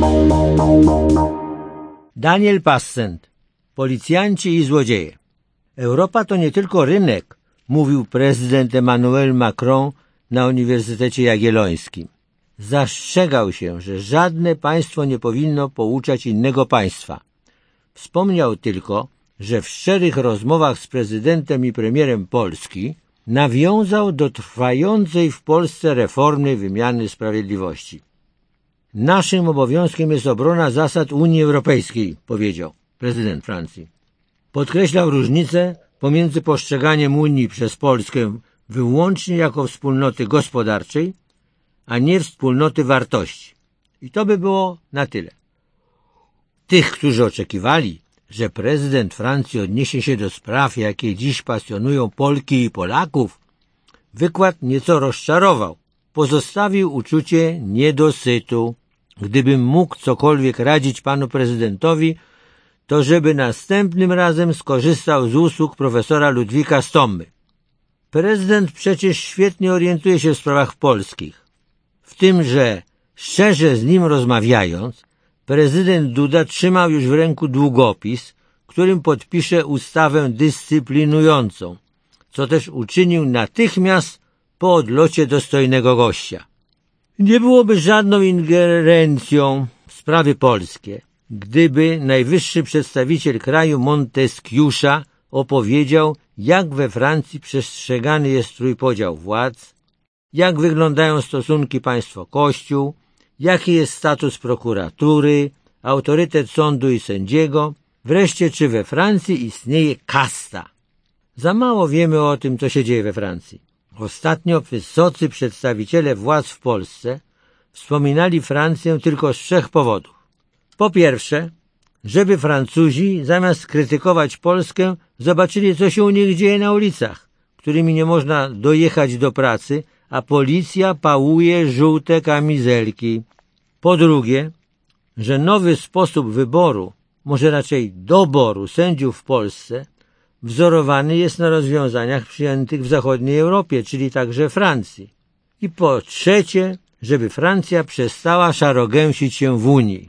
Daniel Passent. Policjanci i złodzieje. Europa to nie tylko rynek, mówił prezydent Emmanuel Macron na Uniwersytecie Jagiellońskim. Zastrzegał się, że żadne państwo nie powinno pouczać innego państwa. Wspomniał tylko, że w szczerych rozmowach z prezydentem i premierem Polski nawiązał do trwającej w Polsce reformy wymiany sprawiedliwości. Naszym obowiązkiem jest obrona zasad Unii Europejskiej, powiedział prezydent Francji. Podkreślał różnicę pomiędzy postrzeganiem Unii przez Polskę wyłącznie jako wspólnoty gospodarczej, a nie wspólnoty wartości. I to by było na tyle. Tych, którzy oczekiwali, że prezydent Francji odniesie się do spraw, jakie dziś pasjonują Polki i Polaków, wykład nieco rozczarował. Pozostawił uczucie niedosytu. Gdybym mógł cokolwiek radzić panu prezydentowi, to żeby następnym razem skorzystał z usług profesora Ludwika Stommy. Prezydent przecież świetnie orientuje się w sprawach polskich. W tym, że szczerze z nim rozmawiając, prezydent Duda trzymał już w ręku długopis, którym podpisze ustawę dyscyplinującą, co też uczynił natychmiast po odlocie dostojnego gościa. Nie byłoby żadną ingerencją w sprawy polskie, gdyby najwyższy przedstawiciel kraju Monteskiusza opowiedział, jak we Francji przestrzegany jest trójpodział władz, jak wyglądają stosunki państwo-kościół, jaki jest status prokuratury, autorytet sądu i sędziego, wreszcie czy we Francji istnieje kasta. Za mało wiemy o tym, co się dzieje we Francji. Ostatnio wysocy przedstawiciele władz w Polsce wspominali Francję tylko z 3 powodów. Po pierwsze, żeby Francuzi zamiast krytykować Polskę zobaczyli, co się u nich dzieje na ulicach, którymi nie można dojechać do pracy, a policja pałuje żółte kamizelki. Po drugie, że nowy sposób wyboru, może raczej doboru sędziów w Polsce wzorowany jest na rozwiązaniach przyjętych w zachodniej Europie, czyli także Francji. I po trzecie, żeby Francja przestała szarogęsić się w Unii.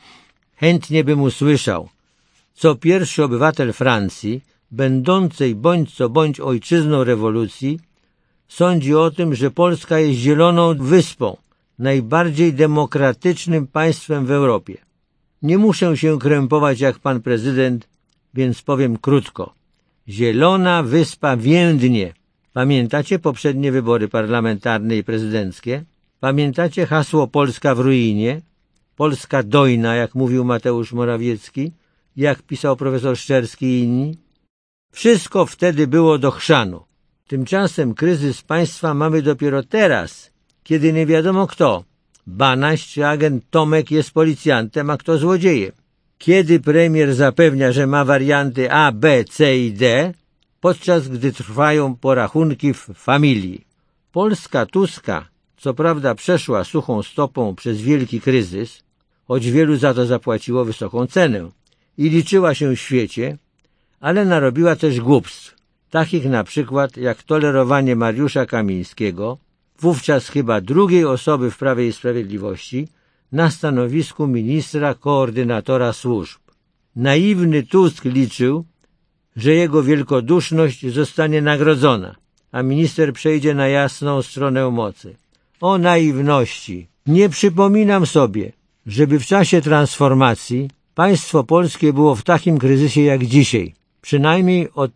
Chętnie bym usłyszał, co pierwszy obywatel Francji, będącej bądź co bądź ojczyzną rewolucji, sądzi o tym, że Polska jest zieloną wyspą, najbardziej demokratycznym państwem w Europie. Nie muszę się krępować jak pan prezydent, więc powiem krótko. Zielona wyspa więdnie. Pamiętacie poprzednie wybory parlamentarne i prezydenckie? Pamiętacie hasło Polska w ruinie? Polska dojna, jak mówił Mateusz Morawiecki, jak pisał profesor Szczerski i inni? Wszystko wtedy było do chrzanu. Tymczasem kryzys państwa mamy dopiero teraz, kiedy nie wiadomo kto, Banaś czy agent Tomek jest policjantem, a kto złodziejem. Kiedy premier zapewnia, że ma warianty A, B, C i D, podczas gdy trwają porachunki w familii. Polska Tuska, co prawda przeszła suchą stopą przez wielki kryzys, choć wielu za to zapłaciło wysoką cenę i liczyła się w świecie, ale narobiła też głupstw, takich na przykład jak tolerowanie Mariusza Kamińskiego, wówczas chyba drugiej osoby w Prawie i Sprawiedliwości, na stanowisku ministra koordynatora służb. Naiwny Tusk liczył, że jego wielkoduszność zostanie nagrodzona, a minister przejdzie na jasną stronę mocy. O naiwności! Nie przypominam sobie, żeby w czasie transformacji państwo polskie było w takim kryzysie jak dzisiaj, przynajmniej od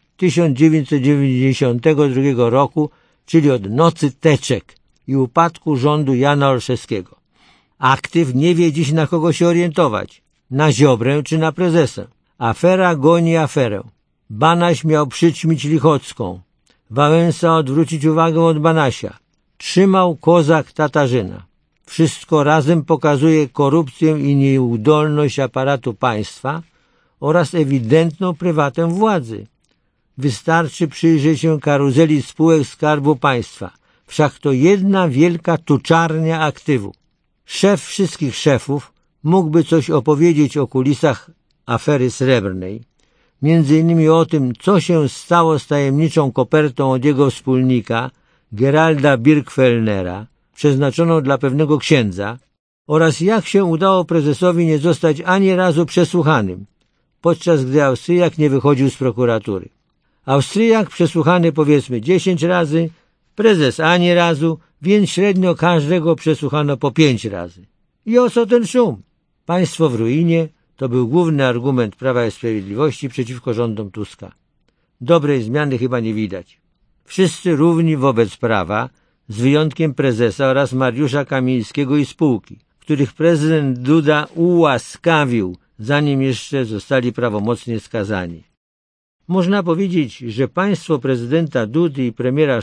1992 roku, czyli od nocy teczek i upadku rządu Jana Olszewskiego. Aktyw nie wie dziś, na kogo się orientować, na Ziobrę czy na prezesa. Afera goni aferę. Banaś miał przyćmić Lichocką, Wałęsa odwrócić uwagę od Banasia. Trzymał kozak Tatarzyna. Wszystko razem pokazuje korupcję i nieudolność aparatu państwa oraz ewidentną prywatę władzy. Wystarczy przyjrzeć się karuzeli spółek Skarbu Państwa. Wszak to jedna wielka tuczarnia aktywów. Szef wszystkich szefów mógłby coś opowiedzieć o kulisach afery srebrnej, między innymi o tym, co się stało z tajemniczą kopertą od jego wspólnika, Geralda Birgfellnera, przeznaczoną dla pewnego księdza, oraz jak się udało prezesowi nie zostać ani razu przesłuchanym, podczas gdy Austriak nie wychodził z prokuratury. Austriak przesłuchany powiedzmy 10 razy, prezes ani razu, więc średnio każdego przesłuchano po 5 razy. I o co ten szum? Państwo w ruinie to był główny argument Prawa i Sprawiedliwości przeciwko rządom Tuska. Dobrej zmiany chyba nie widać. Wszyscy równi wobec prawa, z wyjątkiem prezesa oraz Mariusza Kamińskiego i spółki, których prezydent Duda ułaskawił, zanim jeszcze zostali prawomocnie skazani. Można powiedzieć, że państwo prezydenta Dudy i premier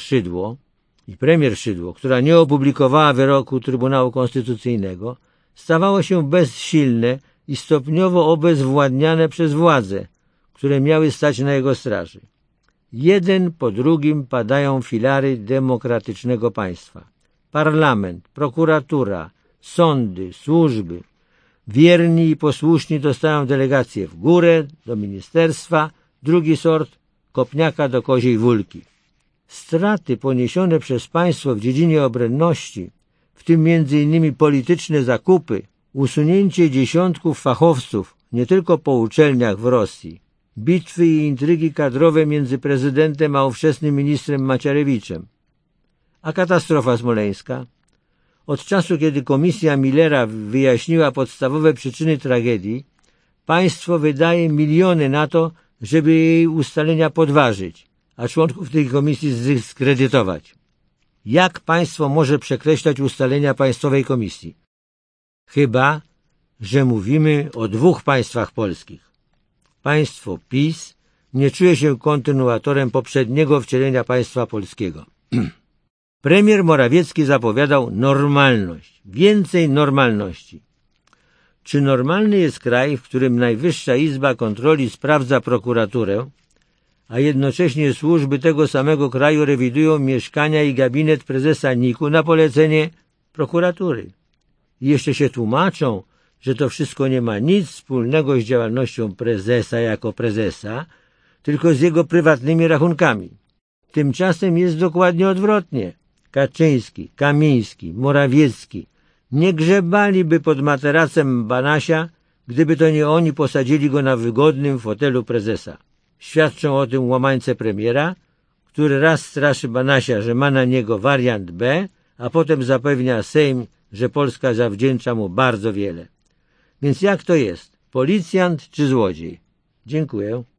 Szydło, która nie opublikowała wyroku Trybunału Konstytucyjnego, stawało się bezsilne i stopniowo obezwładniane przez władze, które miały stać na jego straży. Jeden po drugim padają filary demokratycznego państwa. Parlament, prokuratura, sądy, służby. Wierni i posłuszni dostają delegacje w górę, do ministerstwa, drugi sort kopniaka do koziej wólki. Straty poniesione przez państwo w dziedzinie obronności, w tym m.in. polityczne zakupy, usunięcie dziesiątków fachowców nie tylko po uczelniach w Rosji, bitwy i intrygi kadrowe między prezydentem a ówczesnym ministrem Macierewiczem. A katastrofa smoleńska? Od czasu, kiedy komisja Millera wyjaśniła podstawowe przyczyny tragedii, państwo wydaje miliony na to, żeby jej ustalenia podważyć, a członków tej komisji zdyskredytować. Jak państwo może przekreślać ustalenia Państwowej Komisji? Chyba, że mówimy o dwóch państwach polskich. Państwo PiS nie czuje się kontynuatorem poprzedniego wcielenia państwa polskiego. Premier Morawiecki zapowiadał normalność, więcej normalności. Czy normalny jest kraj, w którym Najwyższa Izba Kontroli sprawdza prokuraturę, a jednocześnie służby tego samego kraju rewidują mieszkania i gabinet prezesa NIK-u na polecenie prokuratury? I jeszcze się tłumaczą, że to wszystko nie ma nic wspólnego z działalnością prezesa jako prezesa, tylko z jego prywatnymi rachunkami. Tymczasem jest dokładnie odwrotnie. Kaczyński, Kamiński, Morawiecki nie grzebaliby pod materacem Banasia, gdyby to nie oni posadzili go na wygodnym fotelu prezesa. Świadczą o tym łamańce premiera, który raz straszy Banasia, że ma na niego wariant B, a potem zapewnia Sejm, że Polska zawdzięcza mu bardzo wiele. Więc jak to jest? Policjant czy złodziej? Dziękuję.